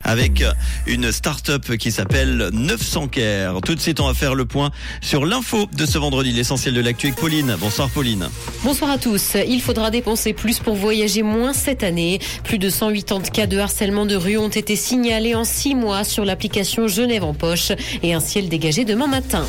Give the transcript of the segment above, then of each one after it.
avec une start-up qui s'appelle 900 Care. Tout de suite, on va faire le point sur l'info de ce vendredi, l'essentiel de l'actu avec Pauline. Bonsoir Pauline. Bonsoir à tous. Il faudra dépenser plus pour voyager moins cette année. Plus de 180 cas de harcèlement de rue ont été signalés en 6 mois sur l'application Genève en poche et un ciel dégagé demain matin.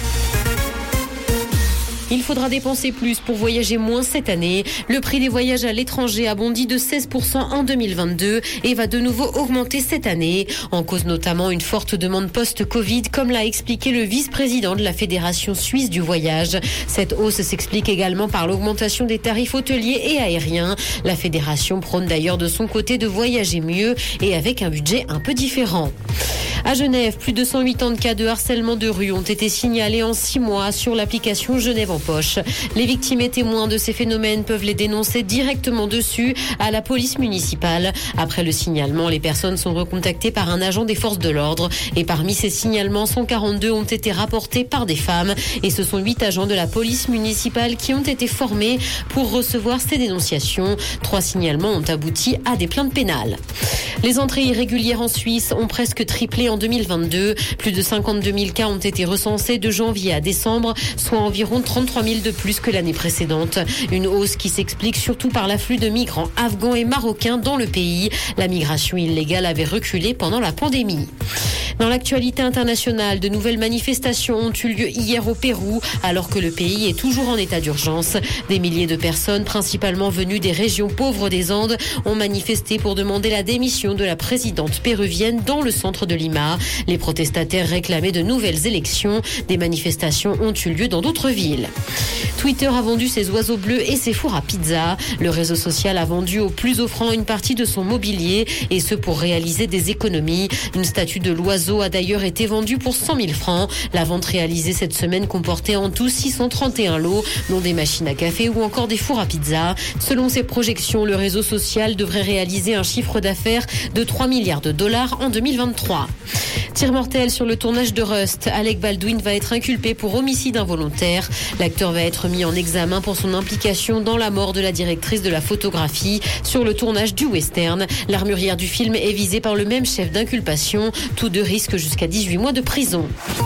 Il faudra dépenser plus pour voyager moins cette année. Le prix des voyages à l'étranger a bondi de 16% en 2022 et va de nouveau augmenter cette année. En cause notamment une forte demande post-Covid, comme l'a expliqué le vice-président de la Fédération suisse du voyage. Cette hausse s'explique également par l'augmentation des tarifs hôteliers et aériens. La fédération prône d'ailleurs de son côté de voyager mieux et avec un budget un peu différent. À Genève, plus de 180 cas de harcèlement de rue ont été signalés en 6 mois sur l'application Genève en poche. Les victimes et témoins de ces phénomènes peuvent les dénoncer directement dessus à la police municipale. Après le signalement, les personnes sont recontactées par un agent des forces de l'ordre. Et parmi ces signalements, 142 ont été rapportés par des femmes. Et ce sont 8 agents de la police municipale qui ont été formés pour recevoir ces dénonciations. 3 signalements ont abouti à des plaintes pénales. Les entrées irrégulières en Suisse ont presque triplé en 2022. Plus de 52 000 cas ont été recensés de janvier à décembre, soit environ 33 000 de plus que l'année précédente. Une hausse qui s'explique surtout par l'afflux de migrants afghans et marocains dans le pays. La migration illégale avait reculé pendant la pandémie. Dans l'actualité internationale, de nouvelles manifestations ont eu lieu hier au Pérou, alors que le pays est toujours en état d'urgence. Des milliers de personnes, principalement venues des régions pauvres des Andes, ont manifesté pour demander la démission de la présidente péruvienne dans le centre de Lima. Les protestataires réclamaient de nouvelles élections. Des manifestations ont eu lieu dans d'autres villes. Twitter a vendu ses oiseaux bleus et ses fours à pizza. Le réseau social a vendu au plus offrant une partie de son mobilier, et ce pour réaliser des économies. Une statue de l'oiseau a d'ailleurs été vendue pour 100 000 francs. La vente réalisée cette semaine comportait en tout 631 lots, dont des machines à café ou encore des fours à pizza. Selon ses projections, le réseau social devrait réaliser un chiffre d'affaires de 3 milliards de dollars en 2023. Tir mortel sur le tournage de Rust. Alec Baldwin va être inculpé pour homicide involontaire. L'acteur va être mis en examen pour son implication dans la mort de la directrice de la photographie sur le tournage du western. L'armurière du film est visée par le même chef d'inculpation. Tous deux risquent jusqu'à 18 mois de prison.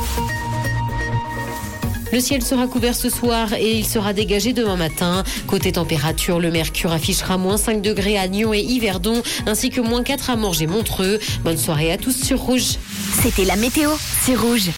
Le ciel sera couvert ce soir et il sera dégagé demain matin. Côté température, le mercure affichera moins 5 degrés à Nyon et Yverdon, ainsi que moins 4 à Morges et Montreux. Bonne soirée à tous sur Rouge. C'était la météo, c'est Rouge.